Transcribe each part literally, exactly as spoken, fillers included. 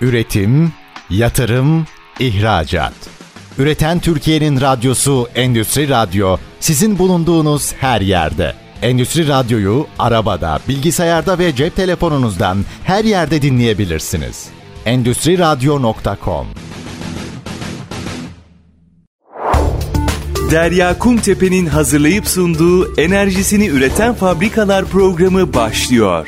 Üretim, yatırım, ihracat. Üreten Türkiye'nin radyosu Endüstri Radyo, sizin bulunduğunuz her yerde. Endüstri Radyo'yu arabada, bilgisayarda ve cep telefonunuzdan her yerde dinleyebilirsiniz. endüstri radyo nokta com. Derya Kumtepe'nin hazırlayıp sunduğu Enerjisini Üreten Fabrikalar programı başlıyor.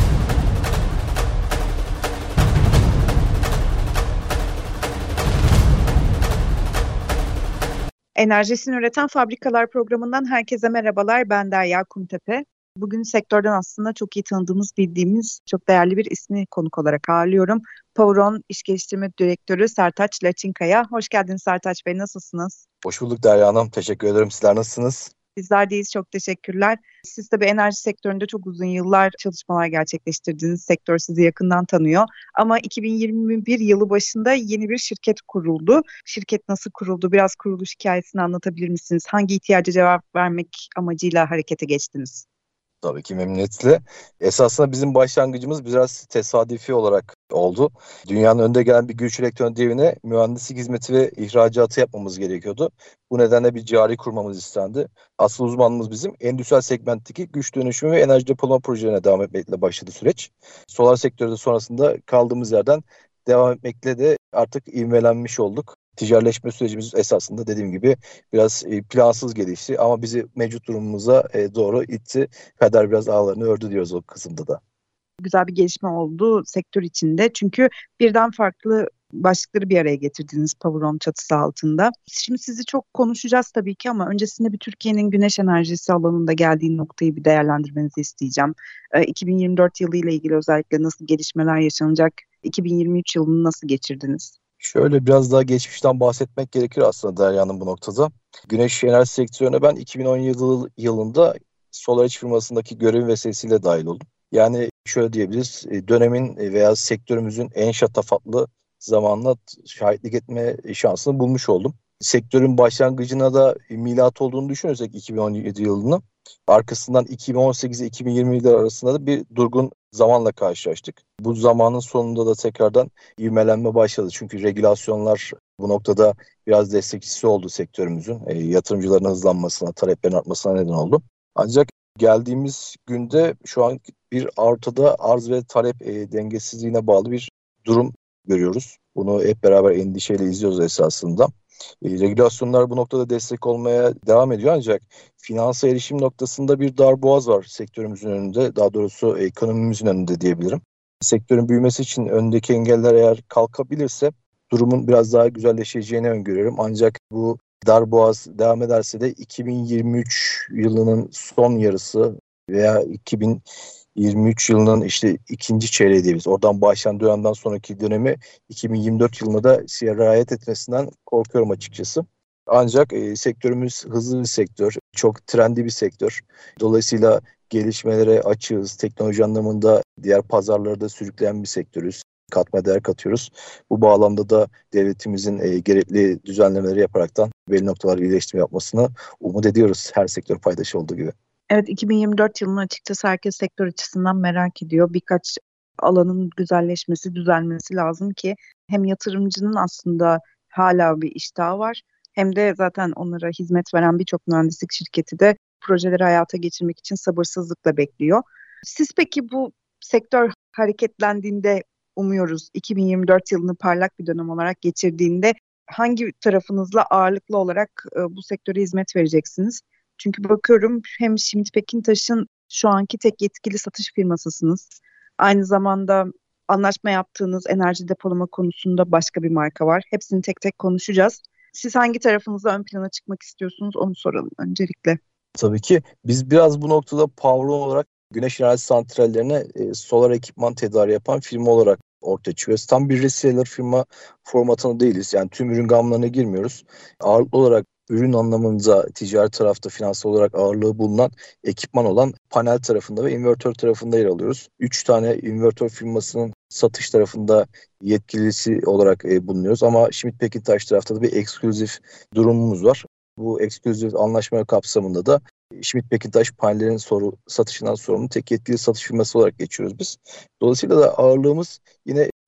Enerjisini Üreten Fabrikalar programından herkese merhabalar. Ben Derya Kumtepe. Bugün sektörden aslında çok iyi tanıdığımız, bildiğimiz çok değerli bir ismi konuk olarak ağırlıyorum. Powron İş Geliştirme Direktörü Sertaç Laçinkaya. Hoş geldiniz Sertaç Bey, nasılsınız? Hoş bulduk Derya Hanım. Teşekkür ederim. Sizler nasılsınız? Bizler deyiz, çok teşekkürler. Siz tabii enerji sektöründe çok uzun yıllar çalışmalar gerçekleştirdiğiniz, sektör sizi yakından tanıyor. Ama iki bin yirmi bir yılı başında yeni bir şirket kuruldu. Şirket nasıl kuruldu? Biraz kuruluş hikayesini anlatabilir misiniz? Hangi ihtiyaca cevap vermek amacıyla harekete geçtiniz? Tabii ki memnuniyetle. Esasında bizim başlangıcımız biraz tesadüfi olarak oldu. Dünyanın önde gelen bir güç elektronik devine mühendislik hizmeti ve ihracatı yapmamız gerekiyordu. Bu nedenle bir cari kurmamız istendi. Asıl uzmanımız bizim endüstriyel segmentteki güç dönüşümü ve enerji depolama projelerine devam etmekle başladı süreç. Solar sektörde sonrasında kaldığımız yerden devam etmekle de artık ivmelenmiş olduk. Ticaretleşme sürecimiz esasında dediğim gibi biraz plansız gelişti ama bizi mevcut durumumuza doğru itti. Kader biraz ağlarını ördü diyoruz o kısımda da. Güzel bir gelişme oldu sektör içinde. Çünkü birden farklı başlıkları bir araya getirdiniz Powron çatısı altında. Şimdi sizi çok konuşacağız tabii ki ama öncesinde bir Türkiye'nin güneş enerjisi alanında geldiği noktayı bir değerlendirmenizi isteyeceğim. iki bin yirmi dört yılı ile ilgili özellikle nasıl gelişmeler yaşanacak? iki bin yirmi üç yılını nasıl geçirdiniz? Şöyle biraz daha geçmişten bahsetmek gerekir aslında Derya'nın bu noktada. Güneş enerji sektörüne ben iki bin on yedi yılında SolarEdge firmasındaki görev vesilesiyle dahil oldum. Yani şöyle diyebiliriz, dönemin veya sektörümüzün en şatafatlı zamanla şahitlik etme şansını bulmuş oldum. Sektörün başlangıcına da milat olduğunu düşünürsek iki bin on yedi yılını, arkasından iki bin on sekiz ile iki bin yirmi yıllar arasında da bir durgun zamanla karşılaştık. Bu zamanın sonunda da tekrardan ivmelenme başladı. Çünkü regülasyonlar bu noktada biraz destekçisi oldu sektörümüzün. E, yatırımcıların hızlanmasına, taleplerin artmasına neden oldu. Ancak geldiğimiz günde şu an bir ortada arz ve talep e, dengesizliğine bağlı bir durum görüyoruz. Bunu hep beraber endişeyle izliyoruz esasında. E, regülasyonlar bu noktada destek olmaya devam ediyor ancak finansa erişim noktasında bir darboğaz var sektörümüzün önünde. Daha doğrusu ekonomimizin önünde diyebilirim. Sektörün büyümesi için öndeki engeller eğer kalkabilirse durumun biraz daha güzelleşeceğini öngörüyorum. Ancak bu darboğaz devam ederse de iki bin yirmi üç yılının son yarısı veya iki bin yirmi üç yılının işte ikinci çeyreği diyebiliriz. Oradan başlayan dönemden sonraki dönemi iki bin yirmi dört yılında da sirayet etmesinden korkuyorum açıkçası. Ancak e, sektörümüz hızlı bir sektör, çok trendi bir sektör. Dolayısıyla gelişmelere açığız. Teknoloji anlamında diğer pazarları da sürükleyen bir sektörüz. Katma değer katıyoruz. Bu bağlamda da devletimizin e, gerekli düzenlemeleri yaparaktan belli noktalar iyileştirme yapmasını umut ediyoruz her sektör paydaşı olduğu gibi. Evet, iki bin yirmi dört yılını açıkçası herkes sektör açısından merak ediyor. Birkaç alanın güzelleşmesi, düzelmesi lazım ki hem yatırımcının aslında hala bir iştahı var hem de zaten onlara hizmet veren birçok mühendislik şirketi de projeleri hayata geçirmek için sabırsızlıkla bekliyor. Siz peki bu sektör hareketlendiğinde, umuyoruz iki bin yirmi dört yılını parlak bir dönem olarak geçirdiğinde hangi tarafınızla ağırlıklı olarak e, bu sektöre hizmet vereceksiniz? Çünkü bakıyorum hem Schmidt Pekintaş'ın şu anki tek yetkili satış firmasısınız. Aynı zamanda anlaşma yaptığınız enerji depolama konusunda başka bir marka var. Hepsini tek tek konuşacağız. Siz hangi tarafınızda ön plana çıkmak istiyorsunuz onu soralım öncelikle. Tabii ki biz biraz bu noktada Powron olarak güneş enerji santrallerine e, solar ekipman tedariği yapan firma olarak ortaya çıkıyoruz. Tam bir reseller firma formatında değiliz. Yani tüm ürün gamlarına girmiyoruz. Ağırlıklı olarak ürün anlamında ticari tarafta finansal olarak ağırlığı bulunan ekipman olan panel tarafında ve invertör tarafında yer alıyoruz. Üç tane invertör firmasının satış tarafında yetkilisi olarak e, bulunuyoruz. Ama Schmidt Pekintaş tarafta da bir ekskluzif durumumuz var. Bu ekskluzif anlaşma kapsamında da Schmidt Pekintaş panellerin soru, satışından sorumlu tek yetkili satış firması olarak geçiyoruz biz. Dolayısıyla da ağırlığımız yine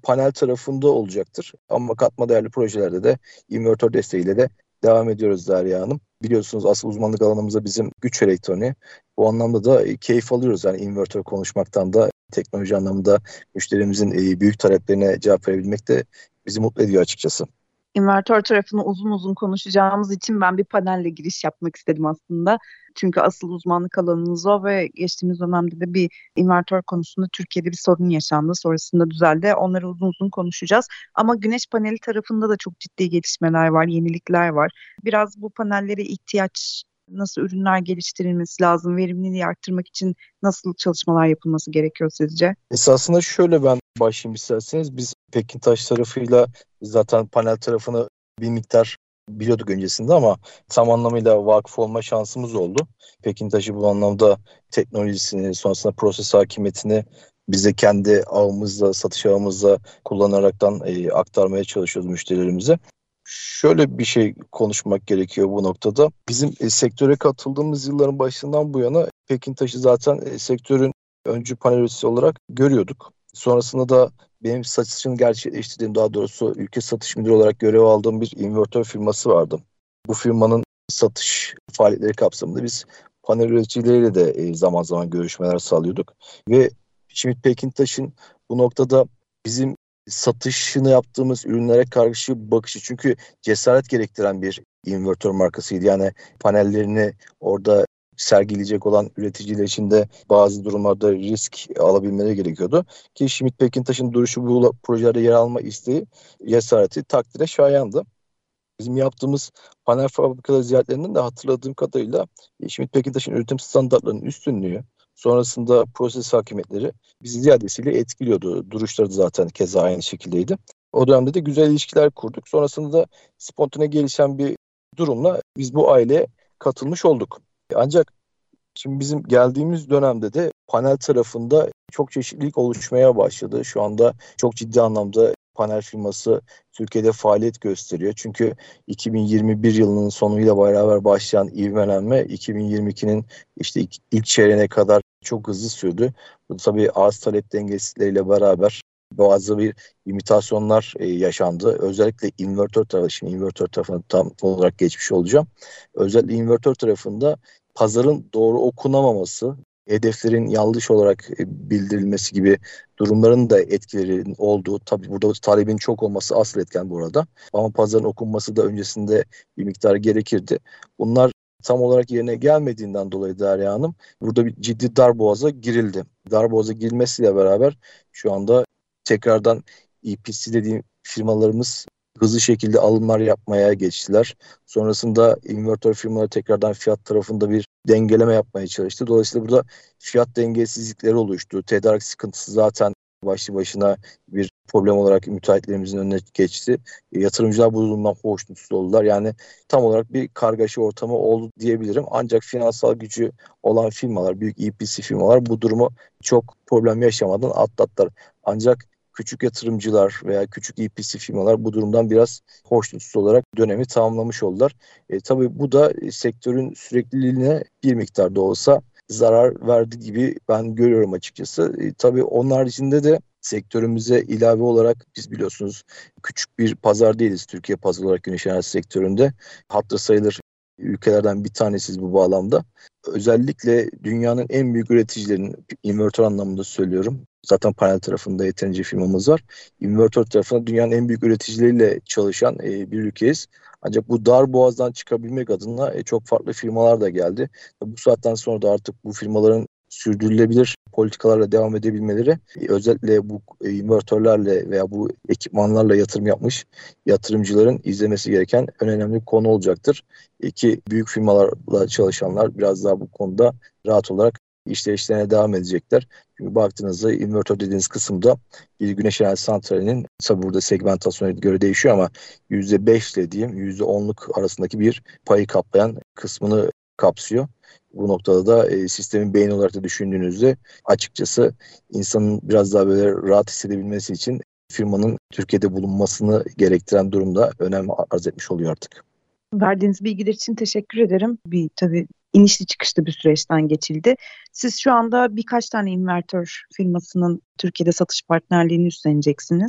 panel tarafında olacaktır. Ama katma değerli projelerde de invertör desteğiyle de devam ediyoruz Derya Hanım. Biliyorsunuz asıl uzmanlık alanımızda bizim güç elektroniği. Bu anlamda da keyif alıyoruz. Yani invertör konuşmaktan da teknoloji anlamında müşterimizin büyük taleplerine cevap verebilmek de bizi mutlu ediyor açıkçası. İnvertör tarafını uzun uzun konuşacağımız için ben bir panelle giriş yapmak istedim aslında. Çünkü asıl uzmanlık alanınız o ve geçtiğimiz dönemde de bir invertör konusunda Türkiye'de bir sorun yaşandı. Sonrasında düzeldi. Onları uzun uzun konuşacağız. Ama güneş paneli tarafında da çok ciddi gelişmeler var, yenilikler var. Biraz bu panellere ihtiyaç, nasıl ürünler geliştirilmesi lazım, verimliliği arttırmak için nasıl çalışmalar yapılması gerekiyor sizce? Esasında şöyle ben başlayayım isterseniz. Biz Pekintaş tarafıyla zaten panel tarafını bir miktar biliyorduk öncesinde ama tam anlamıyla vakıf olma şansımız oldu. Pekintaş'ı bu anlamda teknolojisini, sonrasında proses hakimiyetini biz de kendi ağımızla, satış ağımızla kullanaraktan e, aktarmaya çalışıyoruz müşterilerimize. Şöyle bir şey konuşmak gerekiyor bu noktada. Bizim e, sektöre katıldığımız yılların başından bu yana Pekintaş'ı zaten e, sektörün öncü panel üreticisi olarak görüyorduk. Sonrasında da benim satışını gerçekleştirdiğim, daha doğrusu ülke satış müdürü olarak görev aldığım bir invertör firması vardı. Bu firmanın satış faaliyetleri kapsamında biz panel üreticileriyle de zaman zaman görüşmeler sağlıyorduk. Ve Schmidt Pekintaş'ın bu noktada bizim satışını yaptığımız ürünlere karşı bakışı, çünkü cesaret gerektiren bir invertör markasıydı. Yani panellerini orada sergileyecek olan üreticiler için de bazı durumlarda risk alabilmeleri gerekiyordu. Ki Schmidt Pekintaş'ın duruşu bu projelerde yer alma isteği, cesareti takdire şayandı. Bizim yaptığımız panel fabrikaları ziyaretlerinden de hatırladığım kadarıyla Schmidt Pekintaş'ın üretim standartlarının üstünlüğü, sonrasında proses hakimiyetleri bizi ziyadesiyle etkiliyordu. Duruşları da zaten keza aynı şekildeydi. O dönemde de güzel ilişkiler kurduk. Sonrasında da spontane gelişen bir durumla biz bu aileye katılmış olduk. Ancak şimdi bizim geldiğimiz dönemde de panel tarafında çok çeşitlilik oluşmaya başladı. Şu anda çok ciddi anlamda panel firması Türkiye'de faaliyet gösteriyor. Çünkü iki bin yirmi bir yılının sonuyla beraber başlayan ivmelenme iki bin yirmi ikinin işte ilk, ilk çeyreğine kadar çok hızlı sürdü. Bu tabii arz talep dengesizliğiyle beraber bazı bir imitasyonlar e, yaşandı. Özellikle invertör tarafı, şimdi invertör tarafına tam olarak geçmiş olacağım. Özellikle invertör tarafında pazarın doğru okunamaması, hedeflerin yanlış olarak bildirilmesi gibi durumların da etkilerinin olduğu, tabii burada talebin çok olması asıl etken bu arada. Ama pazarın okunması da öncesinde bir miktar gerekirdi. Bunlar tam olarak yerine gelmediğinden dolayı Derya Hanım burada bir ciddi darboğaza girildi. Darboğaza girilmesiyle beraber şu anda tekrardan E P C dediğim firmalarımız hızlı şekilde alımlar yapmaya geçtiler. Sonrasında invertör firmaları tekrardan fiyat tarafında bir dengeleme yapmaya çalıştı. Dolayısıyla burada fiyat dengesizlikleri oluştu. Tedarik sıkıntısı zaten başlı başına bir problem olarak müteahhitlerimizin önüne geçti. E, yatırımcılar bu durumdan hoşnutsuz oldular. Yani tam olarak bir kargaşa ortamı oldu diyebilirim. Ancak finansal gücü olan firmalar, büyük E P C firmalar bu durumu çok problem yaşamadan atlattılar. Ancak küçük yatırımcılar veya küçük E P C firmalar bu durumdan biraz hoşnutsuz olarak dönemi tamamlamış oldular. E, tabii bu da e, sektörün sürekliliğine bir miktar da olsa zarar verdi gibi ben görüyorum açıkçası. E, tabii onun haricinde de sektörümüze ilave olarak biz biliyorsunuz küçük bir pazar değiliz. Türkiye pazar olarak güneş enerjisi sektöründe hatırı sayılır ülkelerden bir tanesiyiz bu bağlamda. Özellikle dünyanın en büyük üreticilerinin, invertör anlamında söylüyorum. Zaten panel tarafında yeterince firmamız var. İnvertör tarafında dünyanın en büyük üreticileriyle çalışan e, bir ülkeyiz. Ancak bu dar boğazdan çıkabilmek adına e, çok farklı firmalar da geldi. Bu saatten sonra da artık bu firmaların sürdürülebilir politikalarla devam edebilmeleri, e, özellikle bu e, invertörlerle veya bu ekipmanlarla yatırım yapmış yatırımcıların izlemesi gereken en önemli konu olacaktır. İki büyük firmalarla çalışanlar biraz daha bu konuda rahat olarak işleyişlerine devam edecekler. Çünkü baktığınızda invertör dediğiniz kısımda bir güneş enerji santralinin, tabi burada segmentasyona göre değişiyor ama yüzde beş ile diyeyim yüzde onluk arasındaki bir payı kaplayan kısmını kapsıyor. Bu noktada da e, sistemin beyni olarak da düşündüğünüzde açıkçası insanın biraz daha böyle rahat hissedebilmesi için firmanın Türkiye'de bulunmasını gerektiren durumda önem arz etmiş oluyor artık. Verdiğiniz bilgiler için teşekkür ederim. Bir tabii inişli çıkışlı bir süreçten geçildi. Siz şu anda birkaç tane invertör firmasının Türkiye'de satış partnerliğini üstleneceksiniz.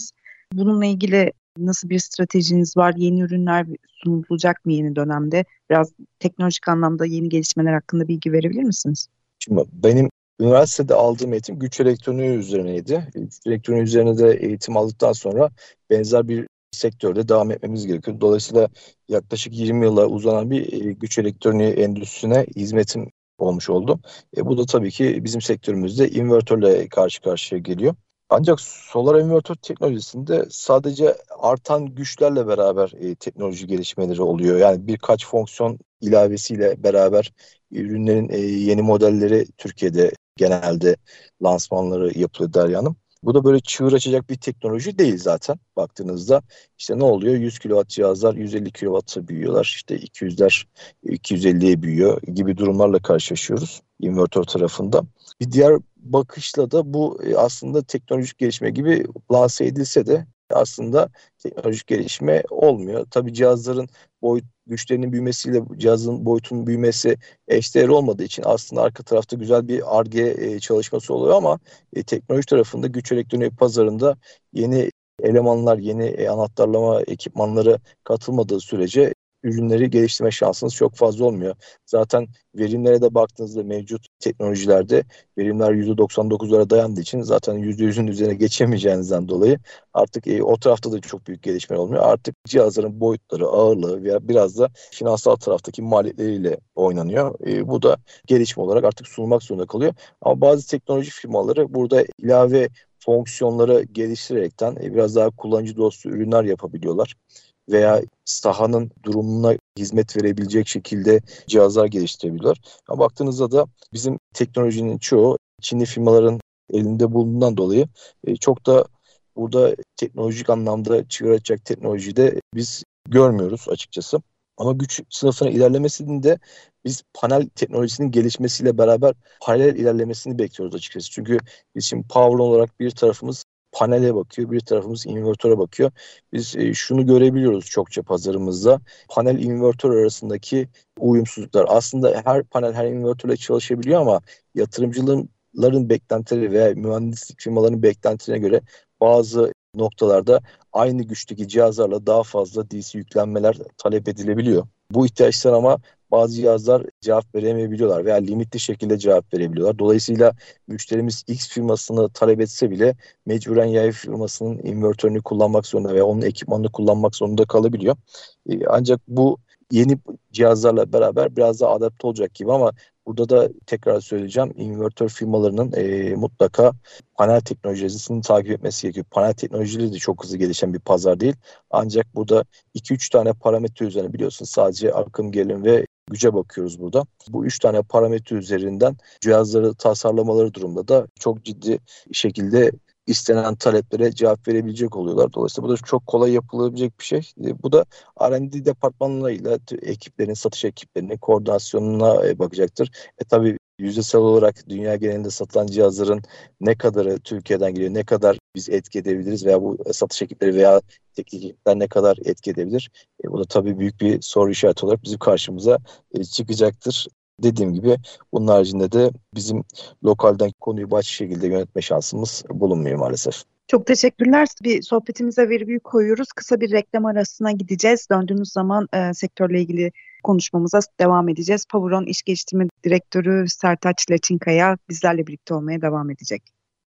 Bununla ilgili nasıl bir stratejiniz var? Yeni ürünler sunulacak mı yeni dönemde? Biraz teknolojik anlamda yeni gelişmeler hakkında bilgi verebilir misiniz? Şimdi benim üniversitede aldığım eğitim güç elektroniği üzerineydi. Güç elektroniği üzerine de eğitim aldıktan sonra benzer bir sektörde devam etmemiz gerekiyor. Dolayısıyla yaklaşık yirmi yıla uzanan bir güç elektroniği endüstrisine hizmetim olmuş oldu. E, bu da tabii ki bizim sektörümüzde invertörle karşı karşıya geliyor. Ancak solar invertör teknolojisinde sadece artan güçlerle beraber e, teknoloji gelişmeleri oluyor. Yani birkaç fonksiyon ilavesiyle beraber ürünlerin e, yeni modelleri Türkiye'de genelde lansmanları yapılıyor Derya Hanım. Bu da böyle çığır açacak bir teknoloji değil zaten baktığınızda. İşte ne oluyor? yüz kilowatt cihazlar yüz elli kilowatt'a büyüyorlar. İşte iki yüzler iki yüz elliye büyüyor gibi durumlarla karşılaşıyoruz invertör tarafında. Bir diğer bakışla da bu aslında teknolojik gelişme gibi lanse edilse de aslında teknolojik gelişme olmuyor. Tabii cihazların boyut güçlerinin büyümesiyle cihazın boyutunun büyümesi eşdeğer olmadığı için aslında arka tarafta güzel bir Ar-Ge çalışması oluyor ama e, teknoloji tarafında güç elektroniği pazarında yeni elemanlar, yeni anahtarlama ekipmanları katılmadığı sürece ürünleri geliştirme şansınız çok fazla olmuyor. Zaten verimlere de baktığınızda mevcut teknolojilerde verimler yüzde doksan dokuzlara dayandığı için zaten yüzde yüzün üzerine geçemeyeceğinizden dolayı artık e, o tarafta da çok büyük gelişme olmuyor. Artık cihazların boyutları, ağırlığı veya biraz da finansal taraftaki maliyetleriyle oynanıyor. E, bu da gelişme olarak artık sunulmak zorunda kalıyor. Ama bazı teknoloji firmaları burada ilave fonksiyonları geliştirerekten e, biraz daha kullanıcı dostu ürünler yapabiliyorlar. Veya sahanın durumuna hizmet verebilecek şekilde cihazlar geliştirebiliyorlar. Ama baktığınızda da bizim teknolojinin çoğu Çinli firmaların elinde bulunduğundan dolayı çok da burada teknolojik anlamda çıkaracak teknolojiyi de biz görmüyoruz açıkçası. Ama güç sınıfına ilerlemesinin de biz panel teknolojisinin gelişmesiyle beraber paralel ilerlemesini bekliyoruz açıkçası. Çünkü biz şimdi power olarak bir tarafımız panele bakıyor, bir tarafımız invertöre bakıyor. Biz e, şunu görebiliyoruz çokça pazarımızda. Panel invertör arasındaki uyumsuzluklar. Aslında her panel her invertörle çalışabiliyor ama yatırımcıların beklentileri veya mühendislik firmalarının beklentilerine göre bazı noktalarda aynı güçteki cihazlarla daha fazla D C yüklenmeler talep edilebiliyor. Bu ihtiyaçlar ama bazı cihazlar cevap veremeyebiliyorlar veya limitli şekilde cevap verebiliyorlar. Dolayısıyla müşterimiz X firmasını talep etse bile mecburen Y firmasının invertörünü kullanmak zorunda veya onun ekipmanını kullanmak zorunda kalabiliyor. Ancak bu yeni cihazlarla beraber biraz daha adapte olacak gibi ama burada da tekrar söyleyeceğim, invertör firmalarının e, mutlaka panel teknolojisini takip etmesi gerekiyor. Panel teknolojileri de çok hızlı gelişen bir pazar değil. Ancak burada iki üç tane parametre üzerine biliyorsunuz sadece akım, gerilim ve güce bakıyoruz burada. Bu üç tane parametre üzerinden cihazları tasarlamaları durumda da çok ciddi şekilde istenen taleplere cevap verebilecek oluyorlar. Dolayısıyla bu da çok kolay yapılabilecek bir şey. Bu da R and D departmanlarıyla ekiplerin, satış ekiplerinin koordinasyonuna bakacaktır. E tabii yüzdesel olarak dünya genelinde satılan cihazların ne kadarı Türkiye'den geliyor, ne kadar biz etki edebiliriz veya bu satış ekipleri veya teknik ekipler ne kadar etki edebilir? E bu da tabii büyük bir soru işareti olarak bizim karşımıza e, çıkacaktır. Dediğim gibi bunun haricinde de bizim lokalden konuyu başka şekilde yönetme şansımız bulunmuyor maalesef. Çok teşekkürler. Bir sohbetimize virgül koyuyoruz. Kısa bir reklam arasına gideceğiz. Döndüğümüz zaman e, sektörle ilgili konuşmamıza devam edeceğiz. Poweron İş Geliştirme Direktörü Sertaç Laçinkaya bizlerle birlikte olmaya devam edecek.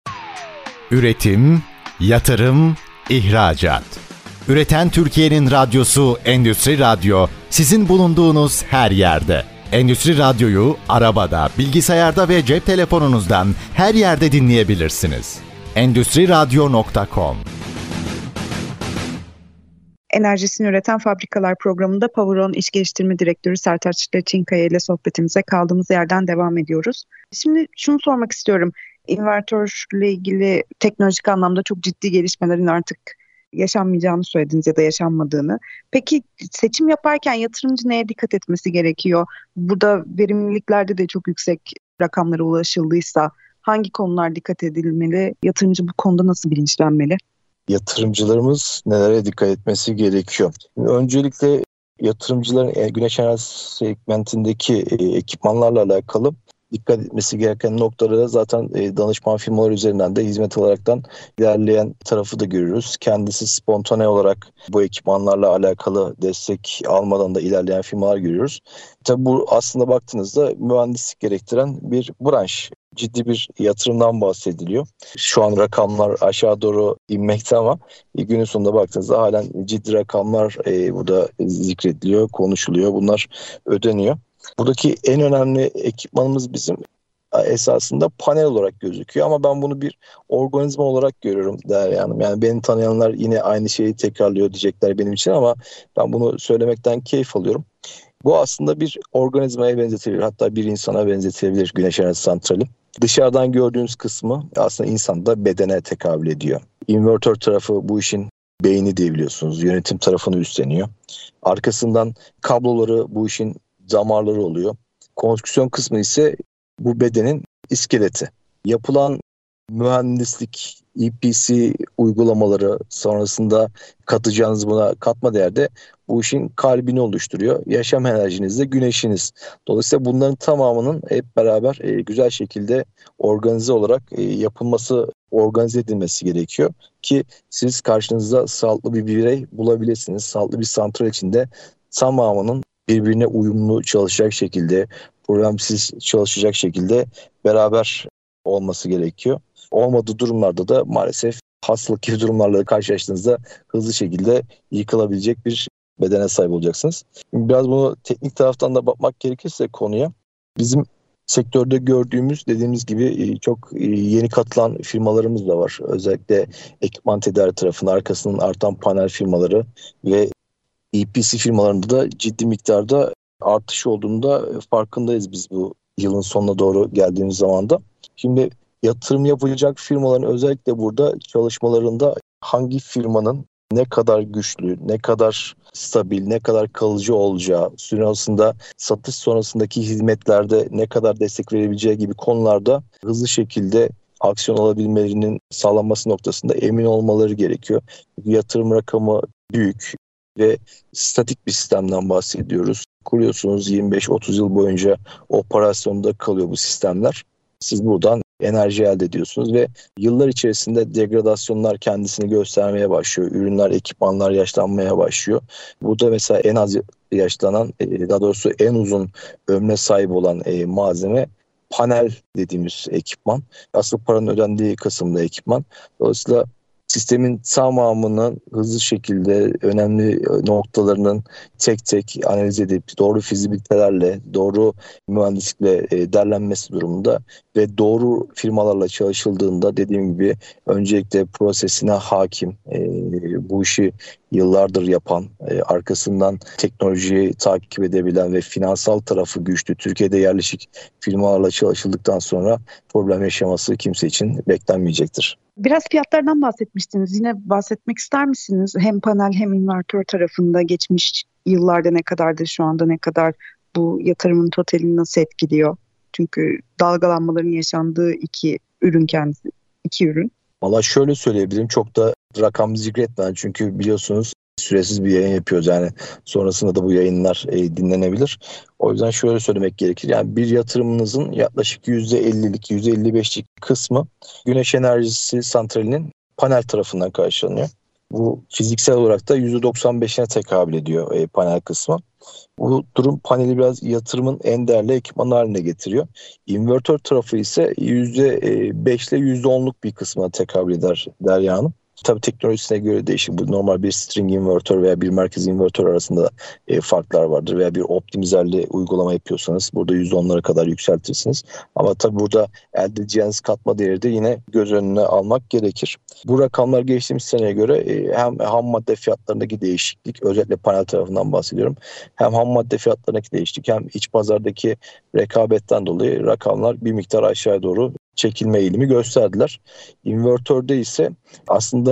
Üretim, yatırım, ihracat. Üreten Türkiye'nin radyosu Endüstri Radyo, sizin bulunduğunuz her yerde. Endüstri Radyo'yu arabada, bilgisayarda ve cep telefonunuzdan her yerde dinleyebilirsiniz. endüstri radyo nokta com Enerjisini Üreten Fabrikalar programında Poweron İş Geliştirme Direktörü Sertaç Laçinkaya ile sohbetimize kaldığımız yerden devam ediyoruz. Şimdi şunu sormak istiyorum. İnvertörle ilgili teknolojik anlamda çok ciddi gelişmelerin artık yaşanmayacağını söylediniz ya da yaşanmadığını. Peki seçim yaparken yatırımcı neye dikkat etmesi gerekiyor? Burada verimliliklerde de çok yüksek rakamlara ulaşıldıysa hangi konular dikkat edilmeli? Yatırımcı bu konuda nasıl bilinçlenmeli? Yatırımcılarımız nelere dikkat etmesi gerekiyor? Öncelikle yatırımcıların güneş enerjisi segmentindeki ekipmanlarla alakalı dikkat etmesi gereken noktalara zaten e, danışman firmalar üzerinden de hizmet alaraktan ilerleyen tarafı da görüyoruz. Kendisi spontane olarak bu ekipmanlarla alakalı destek almadan da ilerleyen firmalar görüyoruz. Tabii bu aslında baktığınızda mühendislik gerektiren bir branş. Ciddi bir yatırımdan bahsediliyor. Şu an rakamlar aşağı doğru inmekte ama günün sonunda baktığınızda halen ciddi rakamlar e, burada zikrediliyor, konuşuluyor. Bunlar ödeniyor. Buradaki en önemli ekipmanımız bizim esasında panel olarak gözüküyor ama ben bunu bir organizma olarak görüyorum Derya Hanım. Yani beni tanıyanlar yine aynı şeyi tekrarlıyor diyecekler benim için ama ben bunu söylemekten keyif alıyorum. Bu aslında bir organizmaya benzetilebilir, hatta bir insana benzetilebilir güneş enerji santrali. Dışarıdan gördüğünüz kısmı aslında insanda bedene tekabül ediyor. İnvertör tarafı bu işin beyni diyebiliyorsunuz. Yönetim tarafını üstleniyor. Arkasından kabloları bu işin damarları oluyor. Konstrüksiyon kısmı ise bu bedenin iskeleti. Yapılan mühendislik, E P C uygulamaları sonrasında katacağınız buna katma değerde bu işin kalbini oluşturuyor. Yaşam enerjiniz de güneşiniz. Dolayısıyla bunların tamamının hep beraber e, güzel şekilde organize olarak e, yapılması, organize edilmesi gerekiyor ki siz karşınızda sağlıklı bir birey bulabilirsiniz. Sağlıklı bir santral içinde tamamının birbirine uyumlu çalışacak şekilde, problemsiz çalışacak şekilde beraber olması gerekiyor. Olmadığı durumlarda da maalesef hastalık gibi durumlarla karşılaştığınızda hızlı şekilde yıkılabilecek bir bedene sahip olacaksınız. Biraz bunu teknik taraftan da bakmak gerekirse konuya, bizim sektörde gördüğümüz dediğimiz gibi çok yeni katılan firmalarımız da var. Özellikle ekipman tedariği tarafının arkasının artan panel firmaları ve E P C firmalarında da ciddi miktarda artış olduğunda farkındayız biz bu yılın sonuna doğru geldiğimiz zaman da. Şimdi yatırım yapacak firmaların özellikle burada çalışmalarında hangi firmanın ne kadar güçlü, ne kadar stabil, ne kadar kalıcı olacağı, sonrasında satış sonrasındaki hizmetlerde ne kadar destek verebileceği gibi konularda hızlı şekilde aksiyon alabilmelerinin sağlanması noktasında emin olmaları gerekiyor. Yatırım rakamı büyük ve statik bir sistemden bahsediyoruz. Kuruyorsunuz, yirmi beş otuz yıl boyunca operasyonda kalıyor bu sistemler. Siz buradan enerji elde ediyorsunuz ve yıllar içerisinde degradasyonlar kendisini göstermeye başlıyor. Ürünler, ekipmanlar yaşlanmaya başlıyor. Burada mesela en az yaşlanan, daha doğrusu en uzun ömre sahip olan malzeme panel dediğimiz ekipman. Asıl paranın ödendiği kısımda ekipman. Dolayısıyla sistemin tamamının hızlı şekilde önemli noktalarının tek tek analiz edip doğru fizibilitelerle, doğru mühendislikle derlenmesi durumunda ve doğru firmalarla çalışıldığında dediğim gibi öncelikle prosesine hakim, bu işi yıllardır yapan, arkasından teknolojiyi takip edebilen ve finansal tarafı güçlü Türkiye'de yerleşik firmalarla çalışıldıktan sonra problem yaşaması kimse için beklenmeyecektir. Biraz fiyatlardan bahsetmiştiniz. Yine bahsetmek ister misiniz? Hem panel hem invertör tarafında geçmiş yıllarda ne kadardır, şu anda ne kadar, bu yatırımın totalini nasıl etkiliyor? Çünkü dalgalanmaların yaşandığı iki ürün kendisi, iki ürün. Valla şöyle söyleyebilirim, çok da rakam zikretmeden çünkü biliyorsunuz süresiz bir yayın yapıyoruz, yani sonrasında da bu yayınlar e, dinlenebilir. O yüzden şöyle söylemek gerekir, yani bir yatırımınızın yaklaşık yüzde ellilik yüzde elli beşlik kısmı güneş enerjisi santralinin panel tarafından karşılanıyor. Bu fiziksel olarak da yüzde doksan beşine tekabül ediyor e, panel kısmı. Bu durum paneli biraz yatırımın en değerli ekipmanı haline getiriyor. İnvertör tarafı ise yüzde beş ile yüzde onluk bir kısmına tekabül eder Derya Hanım. Tabii teknolojisine göre değişir. Bu normal bir string invertör veya bir merkez invertör arasında e, farklar vardır. Veya bir optimizerli uygulama yapıyorsanız burada yüzde onlara kadar yükseltirsiniz. Ama tabii burada elde edeceğiniz katma değeri de yine göz önüne almak gerekir. Bu rakamlar geçtiğimiz seneye göre e, hem ham madde fiyatlarındaki değişiklik, özellikle panel tarafından bahsediyorum. Hem ham madde fiyatlarındaki değişiklik hem iç pazardaki rekabetten dolayı rakamlar bir miktar aşağıya doğru çekilme eğilimi gösterdiler. İnvertörde ise aslında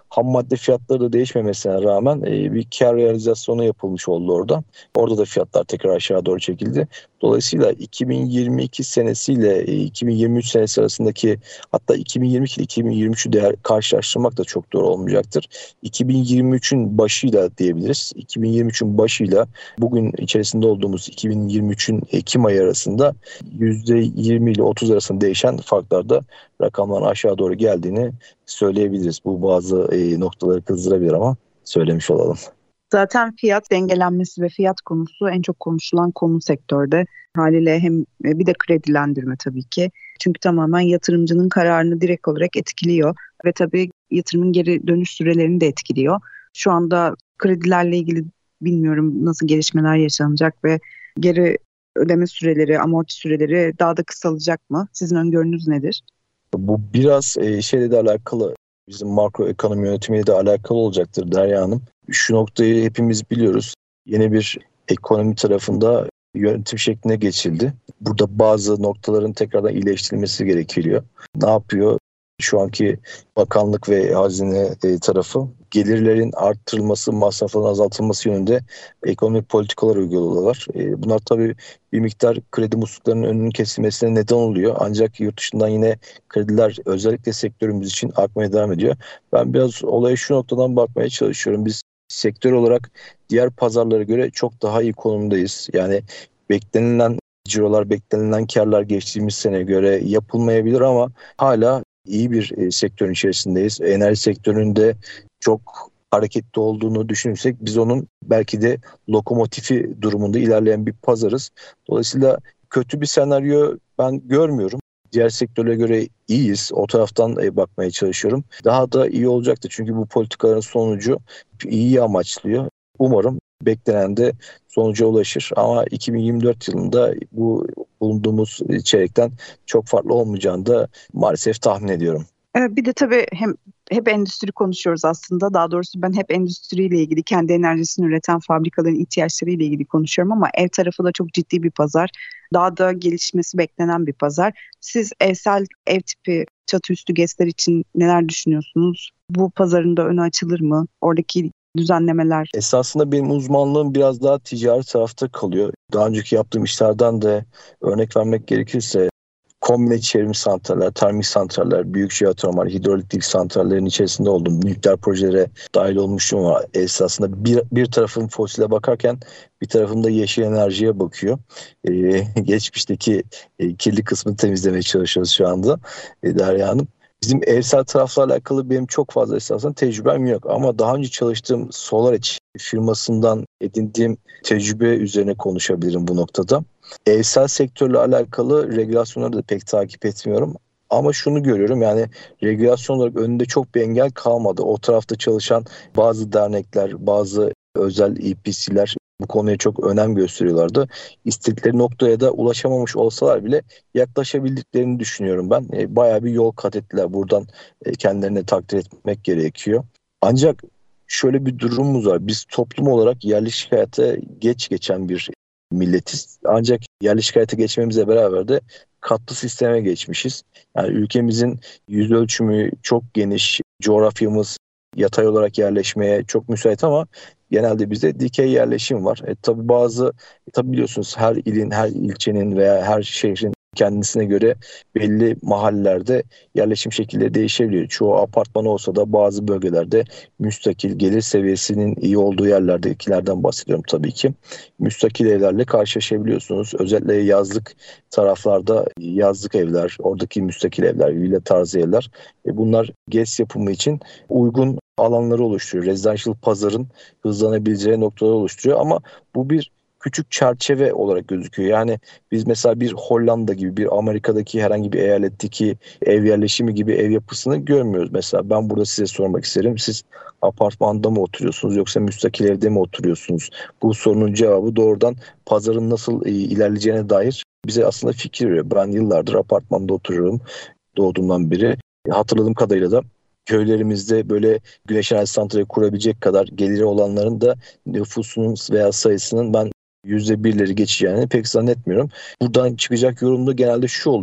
ham madde fiyatları da değişmemesine rağmen e, bir kar realizasyonu yapılmış oldu orada. Orada da fiyatlar tekrar aşağı doğru çekildi. Dolayısıyla iki bin yirmi iki senesiyle e, iki bin yirmi üç senesi arasındaki, hatta iki bin yirmi iki ile iki bin yirmi üçü değer karşılaştırmak da çok doğru olmayacaktır. iki bin yirmi üçün başıyla diyebiliriz. iki bin yirmi üçün başıyla bugün içerisinde olduğumuz iki bin yirmi üçün Ekim ayı arasında yüzde yirmi ile otuz arasında değişen farklarda rakamların aşağı doğru geldiğini söyleyebiliriz. Bu bazı e, noktaları kızdırabilir ama söylemiş olalım. Zaten fiyat dengelenmesi ve fiyat konusu en çok konuşulan konu sektörde. Haliyle hem bir de kredilendirme tabii ki. Çünkü tamamen yatırımcının kararını direkt olarak etkiliyor. Ve tabii yatırımın geri dönüş sürelerini de etkiliyor. Şu anda kredilerle ilgili bilmiyorum nasıl gelişmeler yaşanacak ve geri ödeme süreleri, amorti süreleri daha da kısalacak mı? Sizin öngörünüz nedir? Bu biraz e, şeyle de alakalı, bizim makro ekonomi yönetimiyle de alakalı olacaktır Derya Hanım. Şu noktayı hepimiz biliyoruz. Yeni bir ekonomi tarafında yönetim şekline geçildi. Burada bazı noktaların tekrardan iyileştirilmesi gerekiyor. Ne yapıyor? Şu anki bakanlık ve hazine tarafı gelirlerin arttırılması, masrafların azaltılması yönünde ekonomik politikalar uyguluyorlar. Bunlar tabii bir miktar kredi musluklarının önünün kesilmesine neden oluyor. Ancak yurt dışından yine krediler özellikle sektörümüz için akmaya devam ediyor. Ben biraz olaya şu noktadan bakmaya çalışıyorum. Biz sektör olarak diğer pazarlara göre çok daha iyi konumdayız. Yani beklenilen cirolar, beklenilen karlar geçtiğimiz sene göre yapılmayabilir ama hala iyi bir e, sektörün içerisindeyiz. Enerji sektöründe çok hareketli olduğunu düşünürsek biz onun belki de lokomotifi durumunda ilerleyen bir pazarız. Dolayısıyla kötü bir senaryo ben görmüyorum. Diğer sektörlere göre iyiyiz. O taraftan e, bakmaya çalışıyorum. Daha da iyi olacaktır. Çünkü bu politikaların sonucu iyi amaçlıyor. Umarım beklenen de sonuca ulaşır. Ama iki bin yirmi dört yılında bu bulunduğumuz çeyrekten çok farklı olmayacağını da maalesef tahmin ediyorum. Bir de tabii hem hep endüstri konuşuyoruz aslında. Daha doğrusu ben hep endüstriyle ilgili, kendi enerjisini üreten fabrikaların ihtiyaçlarıyla ilgili konuşuyorum ama ev tarafı da çok ciddi bir pazar. Daha da gelişmesi beklenen bir pazar. Siz evsel ev tipi çatı üstü GES'ler için neler düşünüyorsunuz? Bu pazarın da önü açılır mı? Oradaki düzenlemeler. Esasında benim uzmanlığım biraz daha ticari tarafta kalıyor. Daha önceki yaptığım işlerden de örnek vermek gerekirse kombine çevrim santraller, termik santraller, büyük jeotermal, hidroelektrik santrallerin içerisinde olduğum nükleer projelere dahil olmuşum ama esasında bir, bir tarafın fosile bakarken bir tarafın da yeşil enerjiye bakıyor. Ee, geçmişteki e, kirli kısmını temizlemeye çalışıyoruz şu anda e, Derya Hanım. Bizim evsel tarafla alakalı benim çok fazla esasında tecrübem yok ama daha önce çalıştığım SolarEdge firmasından edindiğim tecrübe üzerine konuşabilirim bu noktada. Evsel sektörle alakalı regülasyonları da pek takip etmiyorum. Ama şunu görüyorum, yani regülasyon olarak önünde çok bir engel kalmadı. O tarafta çalışan bazı dernekler, bazı özel E P C'ler bu konuya çok önem gösteriyorlardı. İstedikleri noktaya da ulaşamamış olsalar bile yaklaşabildiklerini düşünüyorum ben. E, bayağı bir yol kat ettiler. Buradan e, kendilerine takdir etmek gerekiyor. Ancak şöyle bir durumumuz var. Biz toplum olarak yerleşik hayata geç geçen bir milletiz. Ancak yerleşik hayata geçmemizle beraber de katlı sisteme geçmişiz. Yani ülkemizin yüz ölçümü çok geniş, coğrafyamız yatay olarak yerleşmeye çok müsait ama genelde bizde dikey yerleşim var. E, tabii bazı, e, tabii biliyorsunuz her ilin, her ilçenin veya her şehrin kendisine göre belli mahallelerde yerleşim şekilleri değişebiliyor. Çoğu apartman olsa da bazı bölgelerde müstakil, gelir seviyesinin iyi olduğu yerlerdekilerden bahsediyorum tabii ki. Müstakil evlerle karşılaşabiliyorsunuz. Özellikle yazlık taraflarda yazlık evler, oradaki müstakil evler, villa tarzı evler. E bunlar GES yapımı için uygun alanları oluşturuyor. Residential pazarın hızlanabileceği noktaları oluşturuyor ama bu bir küçük çerçeve olarak gözüküyor. Yani biz mesela bir Hollanda gibi, bir Amerika'daki herhangi bir eyaletteki ev yerleşimi gibi ev yapısını görmüyoruz. Mesela ben burada size sormak isterim. Siz apartmanda mı oturuyorsunuz yoksa müstakil evde mi oturuyorsunuz? Bu sorunun cevabı doğrudan pazarın nasıl ilerleyeceğine dair bize aslında fikir veriyor. Ben yıllardır apartmanda oturuyorum doğduğumdan beri. Hatırladığım kadarıyla da köylerimizde böyle güneş enerji santrali kurabilecek kadar geliri olanların da nüfusunun veya sayısının ben yüzde birleri geçeceğini pek zannetmiyorum. Buradan çıkacak yorumda genelde şu oluyor.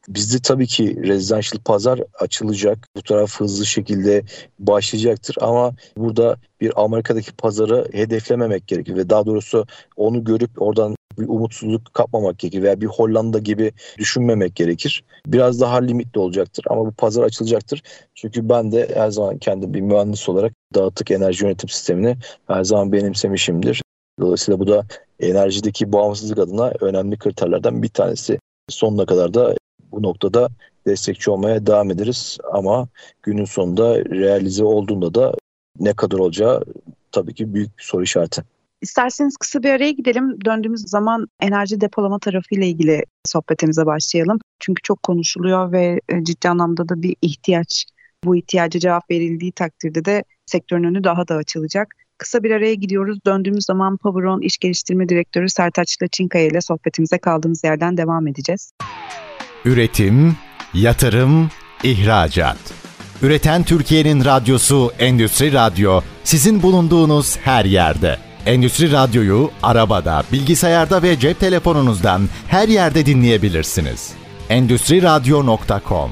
Bizde tabii ki residential pazar açılacak. Bu taraf hızlı şekilde başlayacaktır ama burada bir Amerika'daki pazarı hedeflememek gerekir ve daha doğrusu onu görüp oradan bir umutsuzluk kapmamak gerekir veya bir Hollanda gibi düşünmemek gerekir. Biraz daha limitli olacaktır ama bu pazar açılacaktır. Çünkü ben de her zaman kendim bir mühendis olarak dağıtık enerji yönetim sistemini her zaman benimsemişimdir. Dolayısıyla bu da enerjideki bağımsızlık adına önemli kriterlerden bir tanesi. Sonuna kadar da bu noktada destekçi olmaya devam ederiz ama günün sonunda realize olduğunda da ne kadar olacağı tabii ki büyük bir soru işareti. İsterseniz kısa bir araya gidelim. Döndüğümüz zaman enerji depolama tarafıyla ilgili sohbetimize başlayalım. Çünkü çok konuşuluyor ve ciddi anlamda da bir ihtiyaç. Bu ihtiyaca cevap verildiği takdirde de sektörün önü daha da açılacak. Kısa bir araya gidiyoruz. Döndüğümüz zaman Poweron İş Geliştirme Direktörü Sertaç Laçinkaya ile sohbetimize kaldığımız yerden devam edeceğiz. Üretim, yatırım, ihracat. Üreten Türkiye'nin radyosu Endüstri Radyo, sizin bulunduğunuz her yerde. Endüstri Radyo'yu arabada, bilgisayarda ve cep telefonunuzdan her yerde dinleyebilirsiniz. endüstri radyo nokta com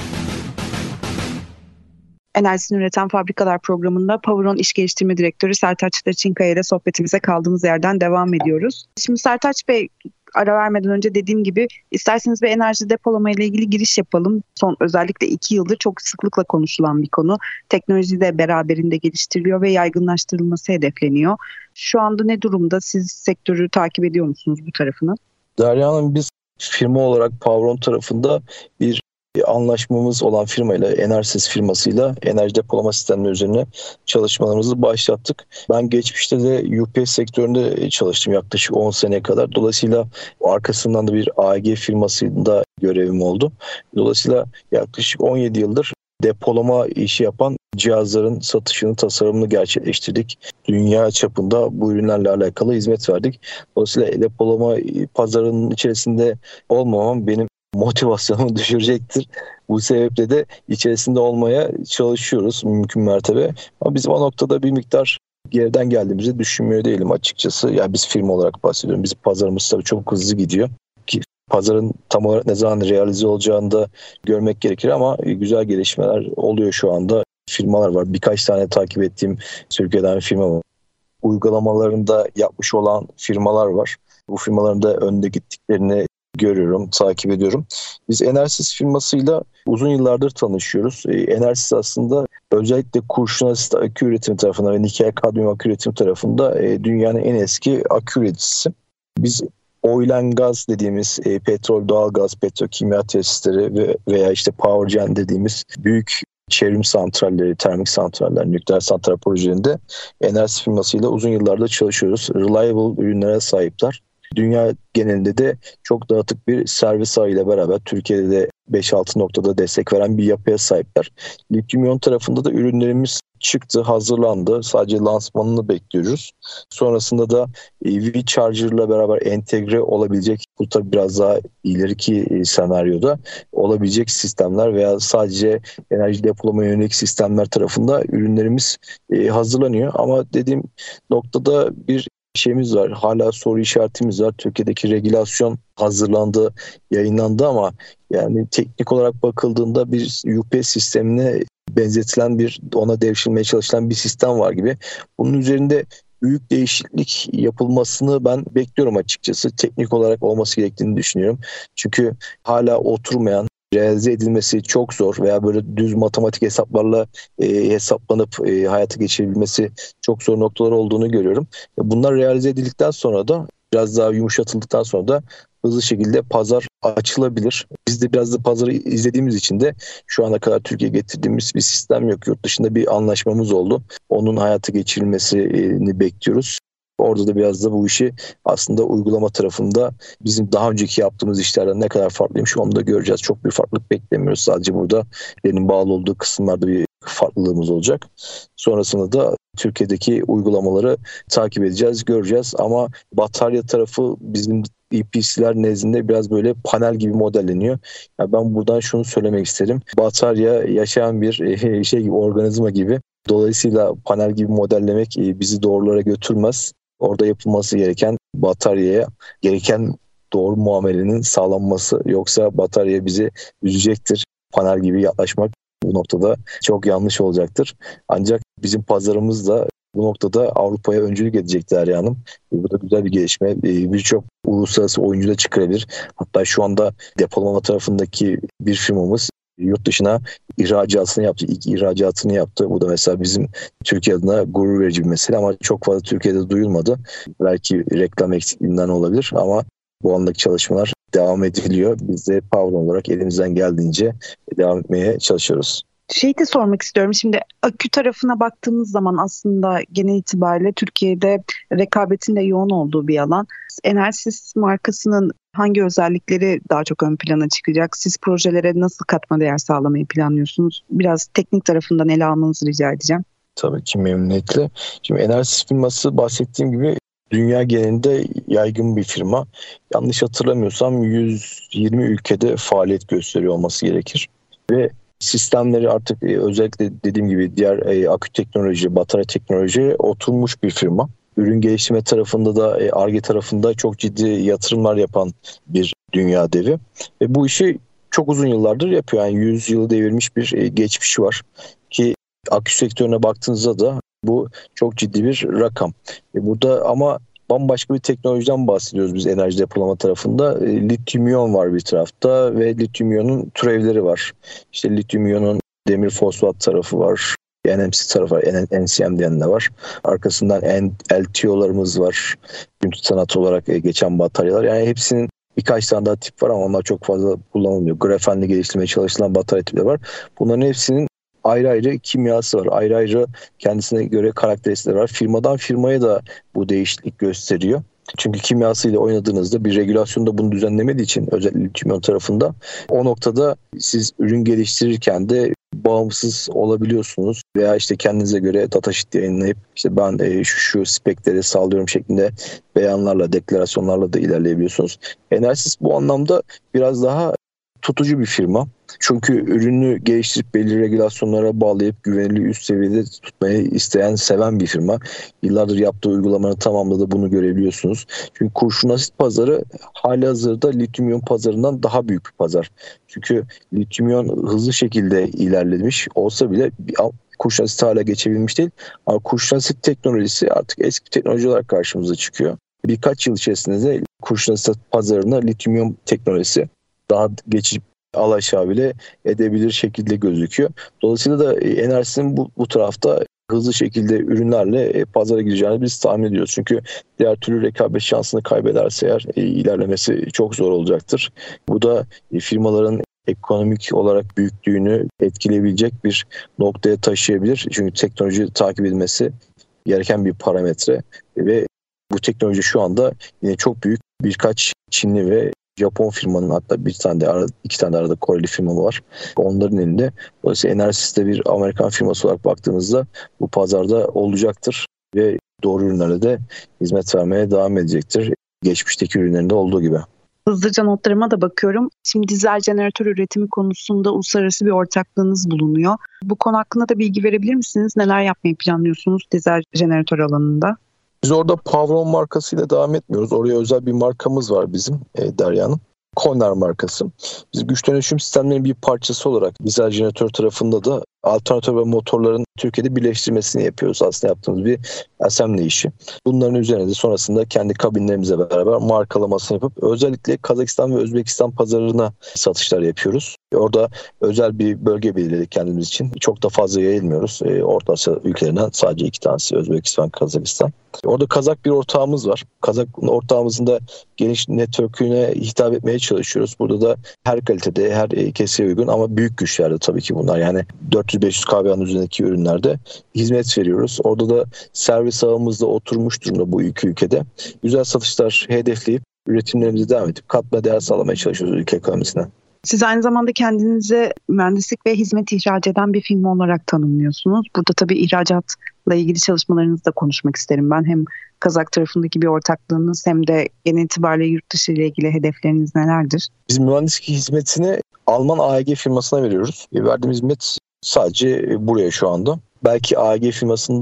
Enerjisini Üreten Fabrikalar programında Poweron İş Geliştirme Direktörü Sertaç Laçinkaya ile sohbetimize kaldığımız yerden devam ediyoruz. Şimdi Sertaç Bey, ara vermeden önce dediğim gibi isterseniz bir enerji depolama ile ilgili giriş yapalım. Son özellikle iki yıldır çok sıklıkla konuşulan bir konu. Teknoloji de beraberinde geliştiriliyor ve yaygınlaştırılması hedefleniyor. Şu anda ne durumda? Siz sektörü takip ediyor musunuz bu tarafını? Derya Hanım, biz firma olarak Poweron tarafında bir anlaşmamız olan firmayla, Enersis firmasıyla enerji depolama sistemleri üzerine çalışmalarımızı başlattık. Ben geçmişte de U P S sektöründe çalıştım yaklaşık on sene kadar. Dolayısıyla arkasından da bir A E G firmasında görevim oldu. Dolayısıyla yaklaşık on yedi yıldır depolama işi yapan cihazların satışını, tasarımını gerçekleştirdik. Dünya çapında bu ürünlerle alakalı hizmet verdik. Dolayısıyla depolama pazarının içerisinde olmamam benim motivasyonumu düşürecektir. Bu sebeple de içerisinde olmaya çalışıyoruz mümkün mertebe. Ama bizim o noktada bir miktar geriden geldiğimizi düşünmüyor değilim açıkçası. Yani biz firma olarak bahsediyorum. Bizim pazarımız tabii çok hızlı gidiyor. Ki pazarın tam olarak ne zaman realize olacağını da görmek gerekir ama güzel gelişmeler oluyor şu anda. Firmalar var. Birkaç tane takip ettiğim Türkiye'den firma var. Uygulamalarında yapmış olan firmalar var. Bu firmaların da önde gittiklerini görüyorum, takip ediyorum. Biz Enersis firmasıyla uzun yıllardır tanışıyoruz. Enersis aslında özellikle kurşun asit akü üretimi tarafında ve nikel kadmiyum akü üretimi tarafında dünyanın en eski akü üreticisi. Biz oil and gas dediğimiz e, petrol, doğalgaz, petrokimya tesisleri veya işte power gen dediğimiz büyük çevrim santralleri, termik santraller, nükleer santral projelerinde Enersis firmasıyla uzun yıllardır çalışıyoruz. Reliable ürünlere sahipler. Dünya genelinde de çok dağıtık bir servis ağıyla beraber Türkiye'de de beş altı noktada destek veren bir yapıya sahipler. Lityum iyon tarafında da ürünlerimiz çıktı, hazırlandı. Sadece lansmanını bekliyoruz. Sonrasında da E V Charger'la beraber entegre olabilecek, bu tabii biraz daha ileriki senaryoda olabilecek sistemler veya sadece enerji depolama yönelik sistemler tarafında ürünlerimiz hazırlanıyor. Ama dediğim noktada bir şeyimiz var. Hala soru işaretimiz var. Türkiye'deki regülasyon hazırlandı, yayınlandı ama yani teknik olarak bakıldığında bir U P S sistemine benzetilen bir, ona devşirmeye çalışılan bir sistem var gibi. Bunun üzerinde büyük değişiklik yapılmasını ben bekliyorum açıkçası. Teknik olarak olması gerektiğini düşünüyorum. Çünkü hala oturmayan, realize edilmesi çok zor veya böyle düz matematik hesaplarla e, hesaplanıp e, hayata geçirebilmesi çok zor noktalar olduğunu görüyorum. Bunlar realize edildikten sonra da biraz daha yumuşatıldıktan sonra da hızlı şekilde pazar açılabilir. Biz de biraz da pazarı izlediğimiz için de şu ana kadar Türkiye'ye getirdiğimiz bir sistem yok. Yurt dışında bir anlaşmamız oldu. Onun hayata geçirilmesini bekliyoruz. Orada da biraz da bu işi aslında uygulama tarafında bizim daha önceki yaptığımız işlerden ne kadar farklıymış onu da göreceğiz. Çok bir farklılık beklemiyoruz. Sadece burada benim bağlı olduğu kısımlarda bir farklılığımız olacak. Sonrasında da Türkiye'deki uygulamaları takip edeceğiz, göreceğiz. Ama batarya tarafı bizim E P C'ler nezdinde biraz böyle panel gibi modelleniyor. Yani ben buradan şunu söylemek isterim. Batarya yaşayan bir şey gibi, organizma gibi. Dolayısıyla panel gibi modellemek bizi doğrulara götürmez. Orada yapılması gereken bataryaya gereken doğru muamelenin sağlanması, yoksa batarya bizi üzecektir. Panel gibi yaklaşmak bu noktada çok yanlış olacaktır. Ancak bizim pazarımız da bu noktada Avrupa'ya öncülük edecek Derya Hanım. Bu da güzel bir gelişme. Birçok uluslararası oyuncu da çıkarabilir. Hatta şu anda depolama tarafındaki bir firmamız yurt dışına ihracatını yaptı. İlk ihracatını yaptı. Bu da mesela bizim Türkiye adına gurur verici bir mesele ama çok fazla Türkiye'de duyulmadı. Belki reklam eksikliğinden olabilir ama bu andaki çalışmalar devam ediliyor. Biz de Power olarak elimizden geldiğince devam etmeye çalışıyoruz. Şeyi de sormak istiyorum. Şimdi akü tarafına baktığımız zaman aslında genel itibariyle Türkiye'de rekabetin de yoğun olduğu bir alan. Enerjisys markasının hangi özellikleri daha çok ön plana çıkacak? Siz projelere nasıl katma değer sağlamayı planlıyorsunuz? Biraz teknik tarafından ele almanızı rica edeceğim. Tabii ki memnuniyetle. Şimdi Enerjisys firması bahsettiğim gibi dünya genelinde yaygın bir firma. Yanlış hatırlamıyorsam yüz yirmi ülkede faaliyet gösteriyor olması gerekir. Ve sistemleri artık özellikle dediğim gibi diğer akü teknoloji, batarya teknoloji oturmuş bir firma. Ürün geliştirme tarafında da Ar-Ge tarafında çok ciddi yatırımlar yapan bir dünya devi. Ve bu işi çok uzun yıllardır yapıyor. Yani yüz yılı devirmiş bir geçmişi var. Ki akü sektörüne baktığınızda da bu çok ciddi bir rakam. Burada ama bambaşka bir teknolojiden bahsediyoruz biz enerji depolama tarafında. E, lityum iyon var bir tarafta ve lityum iyonun türevleri var. İşte lityum iyonun demir fosfat tarafı var. N M C tarafı var. N C M diyen de var. Arkasından L T O'larımız var. Görüntü sanatı olarak geçen bataryalar. Yani hepsinin birkaç tane daha tip var ama onlar çok fazla kullanılmıyor. Grafenle geliştirmeye çalışılan batarya tipleri var. Bunların hepsinin ayrı ayrı kimyası var. Ayrı ayrı kendisine göre karakteristikleri var. Firmadan firmaya da bu değişiklik gösteriyor. Çünkü kimyasıyla oynadığınızda bir regülasyon da bunu düzenlemediği için özellikle lityum tarafında o noktada siz ürün geliştirirken de bağımsız olabiliyorsunuz veya işte kendinize göre datasheet yayınlayıp işte ben şu şu spekleri sağlıyorum şeklinde beyanlarla, deklarasyonlarla da ilerleyebiliyorsunuz. Enerjisys bu anlamda biraz daha tutucu bir firma. Çünkü ürünü geliştirip belirli regülasyonlara bağlayıp güvenilirliği üst seviyede tutmayı isteyen, seven bir firma. Yıllardır yaptığı uygulamaları tamamladı, bunu görebiliyorsunuz. Çünkü kurşun asit pazarı halihazırda lityum iyon pazarından daha büyük bir pazar. Çünkü lityum iyon hızlı şekilde ilerlemiş olsa bile kurşun asit hala geçebilmiş değil. Ama kurşun asit teknolojisi artık eski teknoloji olarak karşımıza çıkıyor. Birkaç yıl içerisinde de kurşun asit pazarına lityum iyon teknolojisi daha geçip alaşağı bile edebilir şekilde gözüküyor. Dolayısıyla da Enerjisys'in bu, bu tarafta hızlı şekilde ürünlerle pazara gireceğini biz tahmin ediyoruz. Çünkü diğer türlü rekabet şansını kaybederse eğer ilerlemesi çok zor olacaktır. Bu da firmaların ekonomik olarak büyüklüğünü etkileyebilecek bir noktaya taşıyabilir. Çünkü teknoloji takip edilmesi gereken bir parametre ve bu teknoloji şu anda yine çok büyük birkaç Çinli ve Japon firmanın, hatta bir tane de arada, iki tane de arada Koreli firma var. Onların elinde. Dolayısıyla Enerjisys'te bir Amerikan firması olarak baktığınızda bu pazarda olacaktır ve doğru ürünlerle de hizmet vermeye devam edecektir. Geçmişteki ürünlerinde olduğu gibi. Hızlıca notlarıma da bakıyorum. Şimdi dizel jeneratör üretimi konusunda uluslararası bir ortaklığınız bulunuyor. Bu konu hakkında da bilgi verebilir misiniz? Neler yapmayı planlıyorsunuz dizel jeneratör alanında? Biz orada Power markasıyla devam etmiyoruz. Oraya özel bir markamız var bizim e, Derya Hanım. Conner markası. Biz güç dönüşüm sistemlerinin bir parçası olarak dizel jeneratör tarafında da alternatör ve motorların Türkiye'de birleştirmesini yapıyoruz. Aslında yaptığımız bir assembly işi. Bunların üzerine de sonrasında kendi kabinlerimizle beraber markalamasını yapıp özellikle Kazakistan ve Özbekistan pazarına satışlar yapıyoruz. Orada özel bir bölge belirledik kendimiz için. Çok da fazla yayılmıyoruz. Orta Asya ülkelerinden sadece iki tanesi Özbekistan, Kazakistan. Orada Kazak bir ortağımız var. Kazak ortağımızın da geniş network'üne hitap etmeye çalışıyoruz. Burada da her kalitede, her keseye uygun ama büyük güçlerde tabii ki bunlar. Yani dört yüz beş yüz kW'nin üzerindeki ürünlerde hizmet veriyoruz. Orada da servis ağımızda oturmuş durumda bu iki ülkede. Güzel satışlar hedefleyip üretimlerimize devam edip katma değer sağlamaya çalışıyoruz ülke ekonomisine. Siz aynı zamanda kendinizi mühendislik ve hizmet ihraç eden bir firma olarak tanımlıyorsunuz. Burada tabii ihracatla ilgili çalışmalarınızı da konuşmak isterim ben. Hem Kazak tarafındaki bir ortaklığınız hem de genel itibariyle yurt dışı ile ilgili hedefleriniz nelerdir? Biz mühendislik hizmetini Alman A E G firmasına veriyoruz. Verdiğimiz hizmet sadece buraya şu anda. Belki A E G firmasında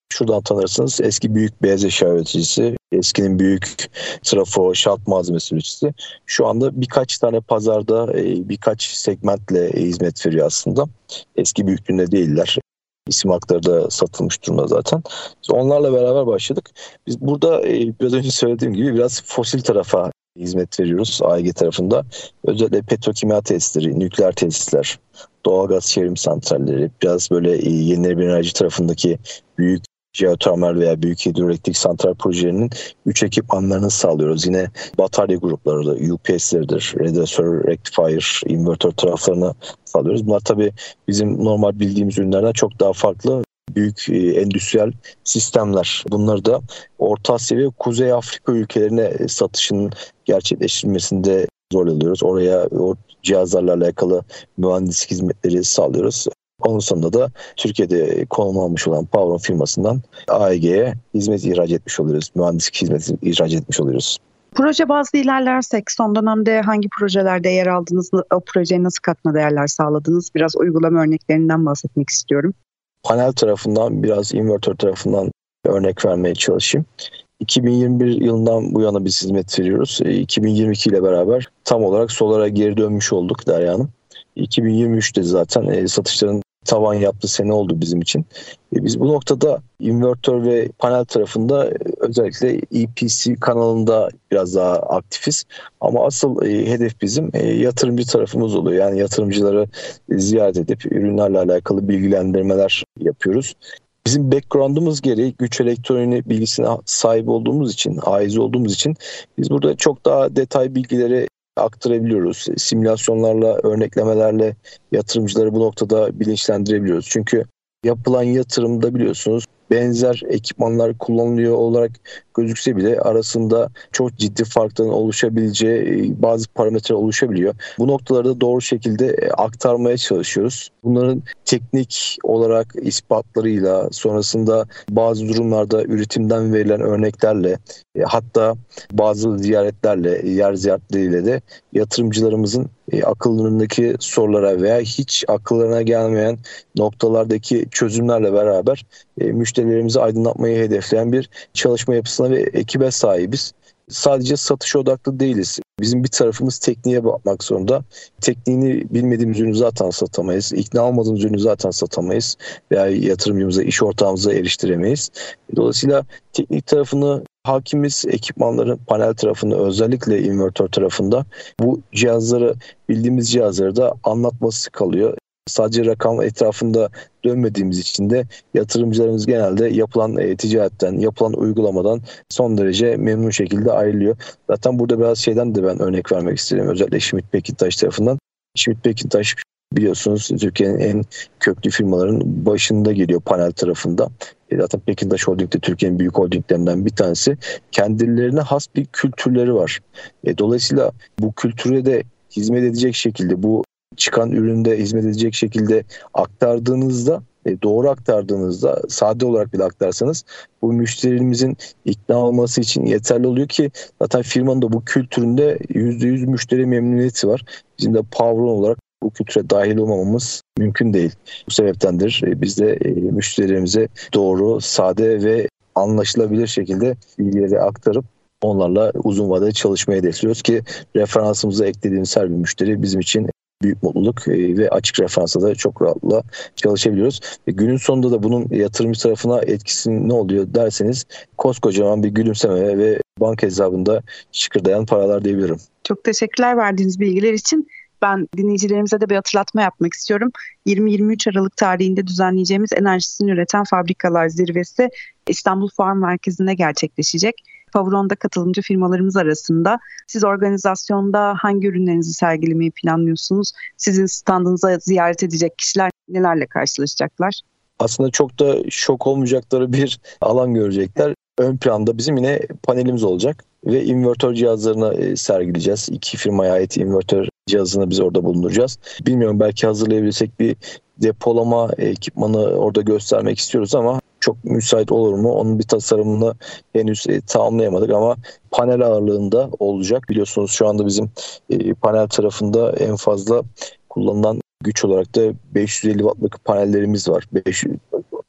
şuradan tanırsınız. Eski büyük beyaz eşya üreticisi, eskinin büyük trafo, şalt malzemesi üreticisi. Şu anda birkaç tane pazarda birkaç segmentle hizmet veriyor aslında. Eski büyüklüğünde değiller. İsim hakları da satılmış durumda zaten. Onlarla beraber başladık. Biz burada biraz önce söylediğim gibi biraz fosil tarafa hizmet veriyoruz A E G tarafında. Özellikle petrokimya tesisleri, nükleer tesisler, doğalgaz çevrim santralleri, biraz böyle yenilenebilir enerji tarafındaki büyük jeotermal veya büyük hidroelektrik santral projelerinin üç ekipmanlarını sağlıyoruz. Yine batarya grupları, U P S'leridir, radiatör, rectifier, inverter taraflarını sağlıyoruz. Bunlar tabii bizim normal bildiğimiz ürünlerden çok daha farklı büyük e, endüstriyel sistemler. Bunları da Orta Asya ve Kuzey Afrika ülkelerine satışın gerçekleştirilmesinde rol alıyoruz. Oraya o cihazlarla alakalı mühendislik hizmetleri sağlıyoruz. Onun sonunda da Türkiye'de konum almış olan Powron firmasından A E G'ye hizmet ihraç etmiş oluyoruz. Mühendislik hizmeti ihraç etmiş oluyoruz. Proje bazlı ilerlersek son dönemde hangi projelerde yer aldınız, o projeye nasıl katma değerler sağladınız? Biraz uygulama örneklerinden bahsetmek istiyorum. Panel tarafından, biraz inverter tarafından örnek vermeye çalışayım. iki bin yirmi bir yılından bu yana biz hizmet veriyoruz. iki bin yirmi iki ile beraber tam olarak solara geri dönmüş olduk Derya Hanım. iki bin yirmi üçte zaten satışların tavan yaptığı sene oldu bizim için. Biz bu noktada invertör ve panel tarafında özellikle E P C kanalında biraz daha aktifiz. Ama asıl hedef bizim yatırımcı tarafımız oluyor. Yani yatırımcıları ziyaret edip ürünlerle alakalı bilgilendirmeler yapıyoruz. Bizim background'umuz gereği güç elektroniği bilgisine sahip olduğumuz için, aiz olduğumuz için biz burada çok daha detay bilgileri aktarabiliyoruz. Simülasyonlarla, örneklemelerle yatırımcıları bu noktada bilinçlendirebiliyoruz. Çünkü yapılan yatırımda biliyorsunuz benzer ekipmanlar kullanılıyor olarak gözükse bile arasında çok ciddi farkların oluşabileceği bazı parametre oluşabiliyor. Bu noktaları da doğru şekilde aktarmaya çalışıyoruz. Bunların teknik olarak ispatlarıyla, sonrasında bazı durumlarda üretimden verilen örneklerle, hatta bazı ziyaretlerle, yer ziyaretleriyle de yatırımcılarımızın akıllarındaki sorulara veya hiç akıllarına gelmeyen noktalardaki çözümlerle beraber müşterilerimizi aydınlatmayı hedefleyen bir çalışma yapısına ve ekibe sahibiz. Sadece satış odaklı değiliz. Bizim bir tarafımız tekniğe bakmak zorunda. Tekniğini bilmediğimiz ürünü zaten satamayız. İkna olmadığımız ürünü zaten satamayız. Veya yatırımcımıza, iş ortağımıza eriştiremeyiz. Dolayısıyla teknik tarafını hakimiz, ekipmanların panel tarafında, özellikle invertör tarafında bu cihazları, bildiğimiz cihazları da anlatması kalıyor. Sadece rakam etrafında dönmediğimiz için de yatırımcılarımız genelde yapılan e, ticaretten, yapılan uygulamadan son derece memnun şekilde ayrılıyor. Zaten burada biraz şeyden de ben örnek vermek istedim. Özellikle Schmidt-Pekintaş tarafından. Schmidt-Pekintaş biliyorsunuz Türkiye'nin en köklü firmaların başında geliyor panel tarafında. E, zaten Pekintaş Holding de Türkiye'nin büyük holdinglerinden bir tanesi. Kendilerine has bir kültürleri var. E, dolayısıyla bu kültüre de hizmet edecek şekilde, bu çıkan üründe hizmet edecek şekilde aktardığınızda, doğru aktardığınızda, sade olarak bile aktarsanız bu müşterimizin ikna olması için yeterli oluyor ki zaten firmanın da bu kültüründe yüzde yüz müşteri memnuniyeti var. Bizim de Powron olarak bu kültüre dahil olmamamız mümkün değil. Bu sebeptendir biz de müşterilerimize doğru, sade ve anlaşılabilir şekilde bilgileri aktarıp onlarla uzun vadeli çalışmayı hedefliyoruz ki referansımıza eklediğimiz her bir müşteri bizim için büyük mutluluk ve açık referansa da çok rahatlıkla çalışabiliyoruz. Ve günün sonunda da bunun yatırımcı tarafına etkisi ne oluyor derseniz koskocaman bir gülümseme ve banka hesabında şıkırdayan paralar diyebilirim. Çok teşekkürler verdiğiniz bilgiler için. Ben dinleyicilerimize de bir hatırlatma yapmak istiyorum. yirmi yirmi üç Aralık tarihinde düzenleyeceğimiz Enerjisini Üreten Fabrikalar Zirvesi İstanbul Fuar Merkezi'nde gerçekleşecek. Powron'da katılımcı firmalarımız arasında. Siz organizasyonda hangi ürünlerinizi sergilemeyi planlıyorsunuz? Sizin standınıza ziyaret edecek kişiler nelerle karşılaşacaklar? Aslında çok da şok olmayacakları bir alan görecekler. Ön planda bizim yine panelimiz olacak ve invertör cihazlarını sergileyeceğiz. İki firmaya ait invertör cihazını biz orada bulunduracağız. Bilmiyorum, belki hazırlayabilirsek bir depolama ekipmanı orada göstermek istiyoruz ama çok müsait olur mu? Onun bir tasarımını henüz e, tamamlayamadık ama panel ağırlığında olacak. Biliyorsunuz şu anda bizim e, panel tarafında en fazla kullanılan güç olarak da beş yüz elli wattlık panellerimiz var. beş yüz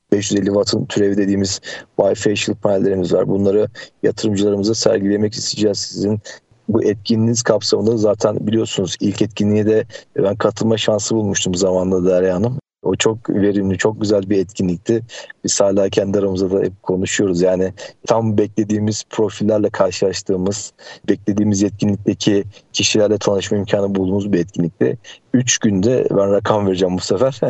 beş yüz elli wattın türevi dediğimiz bifacial panellerimiz var. Bunları yatırımcılarımıza sergilemek isteyeceğiz sizin. Bu etkinliğiniz kapsamında zaten biliyorsunuz ilk etkinliğe de ben katılma şansı bulmuştum zamanında Derya Hanım. O çok verimli, çok güzel bir etkinlikti. Biz hala kendi aramızda da hep konuşuyoruz. Yani tam beklediğimiz profillerle karşılaştığımız, beklediğimiz etkinlikteki kişilerle tanışma imkanı bulduğumuz bir etkinlikti. Üç günde, ben rakam vereceğim bu sefer.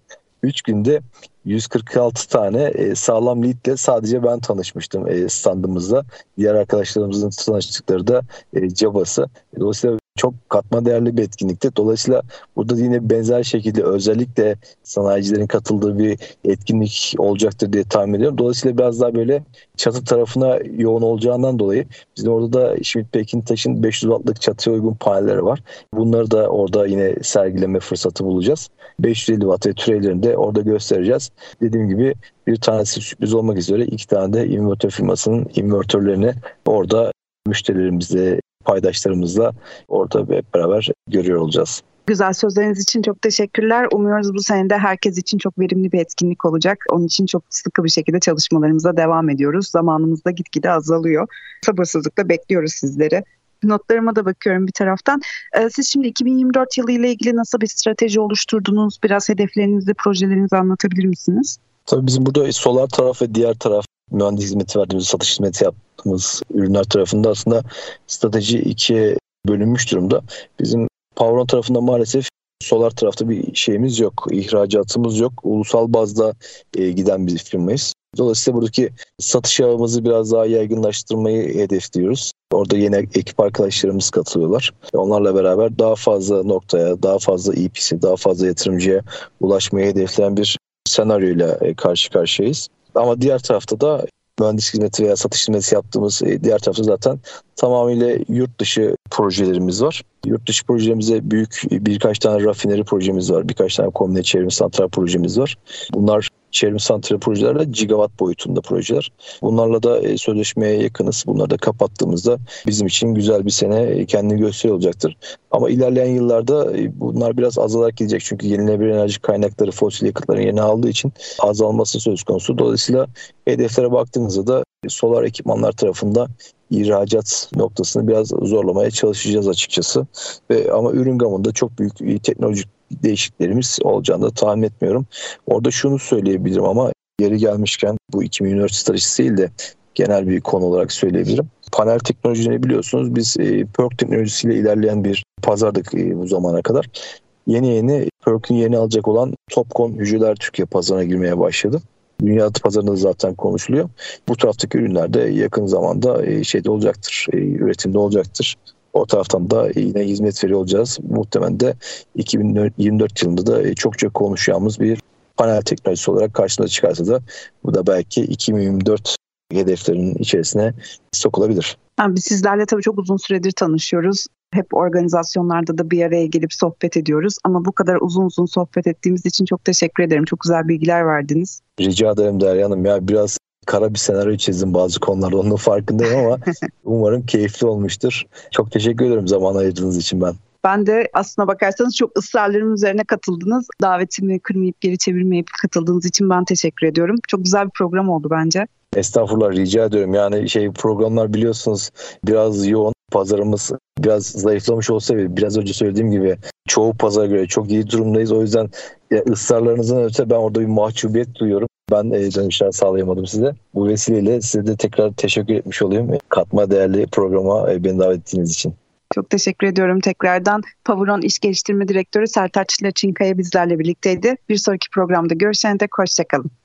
Üç günde yüz kırk altı tane sağlam lead'le sadece ben tanışmıştım standımızda. Diğer arkadaşlarımızın tanıştıkları da cabası. Dolayısıyla çok katma değerli bir etkinlikti. Dolayısıyla burada yine benzer şekilde özellikle sanayicilerin katıldığı bir etkinlik olacaktır diye tahmin ediyorum. Dolayısıyla biraz daha böyle çatı tarafına yoğun olacağından dolayı bizim orada da Schmidt-Pekintaş'ın beş yüz wattlık çatıya uygun panelleri var. Bunları da orada yine sergileme fırsatı bulacağız. beş yüz elli watt ve türevlerini de orada göstereceğiz. Dediğim gibi bir tanesi sürpriz olmak üzere iki tane de invertör firmasının invertörlerini orada müşterilerimizle, paydaşlarımızla orada hep beraber görüyor olacağız. Güzel sözleriniz için çok teşekkürler. Umuyoruz bu sene de herkes için çok verimli bir etkinlik olacak. Onun için çok sıkı bir şekilde çalışmalarımıza devam ediyoruz. Zamanımız da gitgide azalıyor. Sabırsızlıkla bekliyoruz sizleri. Notlarıma da bakıyorum bir taraftan. Siz şimdi iki bin yirmi dört yılı ile ilgili nasıl bir strateji oluşturdunuz? Biraz hedeflerinizi, projelerinizi anlatabilir misiniz? Tabii bizim burada solar taraf ve diğer taraf mühendis hizmeti verdiğimiz, satış hizmeti yaptığımız ürünler tarafında aslında strateji ikiye bölünmüş durumda. Bizim Poweron tarafında maalesef solar tarafta bir şeyimiz yok, ihracatımız yok. Ulusal bazda e, giden bir firmayız. Dolayısıyla buradaki satış ağımızı biraz daha yaygınlaştırmayı hedefliyoruz. Orada yeni ekip arkadaşlarımız katılıyorlar. Onlarla beraber daha fazla noktaya, daha fazla E P C, daha fazla yatırımcıya ulaşmayı hedefleyen bir senaryoyla karşı karşıyayız. Ama diğer tarafta da mühendis hizmeti veya satış hizmeti yaptığımız diğer tarafta zaten tamamıyla yurt dışı projelerimiz var. Yurt dışı projemize büyük birkaç tane rafineri projemiz var. Birkaç tane kombine çevrim santral projemiz var. Bunlar çevrim santral projeler de gigawatt boyutunda projeler. Bunlarla da sözleşmeye yakınız. Bunları da kapattığımızda bizim için güzel bir sene kendini gösteriyor olacaktır. Ama ilerleyen yıllarda bunlar biraz azalarak gidecek. Çünkü yenilenebilir enerji kaynakları fosil yakıtların yerini aldığı için azalması söz konusu. Dolayısıyla hedeflere baktığınızda da solar ekipmanlar tarafında ihracat noktasını biraz zorlamaya çalışacağız açıkçası. Ve ama ürün gamında çok büyük teknolojik değişikliklerimiz olacağını da tahmin etmiyorum. Orada şunu söyleyebilirim ama yeri gelmişken bu iki bin yirmi dört stratejisi değil de genel bir konu olarak söyleyebilirim. Panel teknolojilerini biliyorsunuz biz e, P E R K teknolojisiyle ilerleyen bir pazardık e, bu zamana kadar. Yeni yeni P E R K'ün yeni alacak olan Topcon hücreler Türkiye pazarına girmeye başladı. Dünya pazarında zaten konuşuluyor. Bu taraftaki ürünler de yakın zamanda e, şeyde olacaktır, e, üretimde olacaktır. O taraftan da yine hizmet veriyor olacağız. Muhtemelen de iki bin yirmi dört yılında da çokça konuşacağımız bir panel teknolojisi olarak karşımıza çıkarsa da bu da belki iki bin yirmi dört hedeflerinin içerisine sokulabilir. Yani biz sizlerle tabii çok uzun süredir tanışıyoruz. Hep organizasyonlarda da bir araya gelip sohbet ediyoruz. Ama bu kadar uzun uzun sohbet ettiğimiz için çok teşekkür ederim. Çok güzel bilgiler verdiniz. Rica ederim Derya Hanım. Ya biraz kara bir senaryo çizdim bazı konularda. Onun farkındayım ama umarım keyifli olmuştur. Çok teşekkür ederim zaman ayırdığınız için ben. Ben de aslına bakarsanız çok ısrarlarım üzerine katıldınız. Davetimi kırmayıp geri çevirmeyip katıldığınız için ben teşekkür ediyorum. Çok güzel bir program oldu bence. Estağfurullah, rica ediyorum. Yani şey programlar biliyorsunuz biraz yoğun. Pazarımız biraz zayıflamış olsa bile biraz önce söylediğim gibi çoğu pazara göre çok iyi durumdayız. O yüzden ısrarlarınızdan öte ben orada bir mahcubiyet duyuyorum. Ben dönüşler sağlayamadım size. Bu vesileyle size de tekrar teşekkür etmiş olayım. Katma değerli programa beni davet ettiğiniz için. Çok teşekkür ediyorum tekrardan. Poweron İş Geliştirme Direktörü Sertaç Laçinkaya bizlerle birlikteydi. Bir sonraki programda görüşene dek hoşçakalın.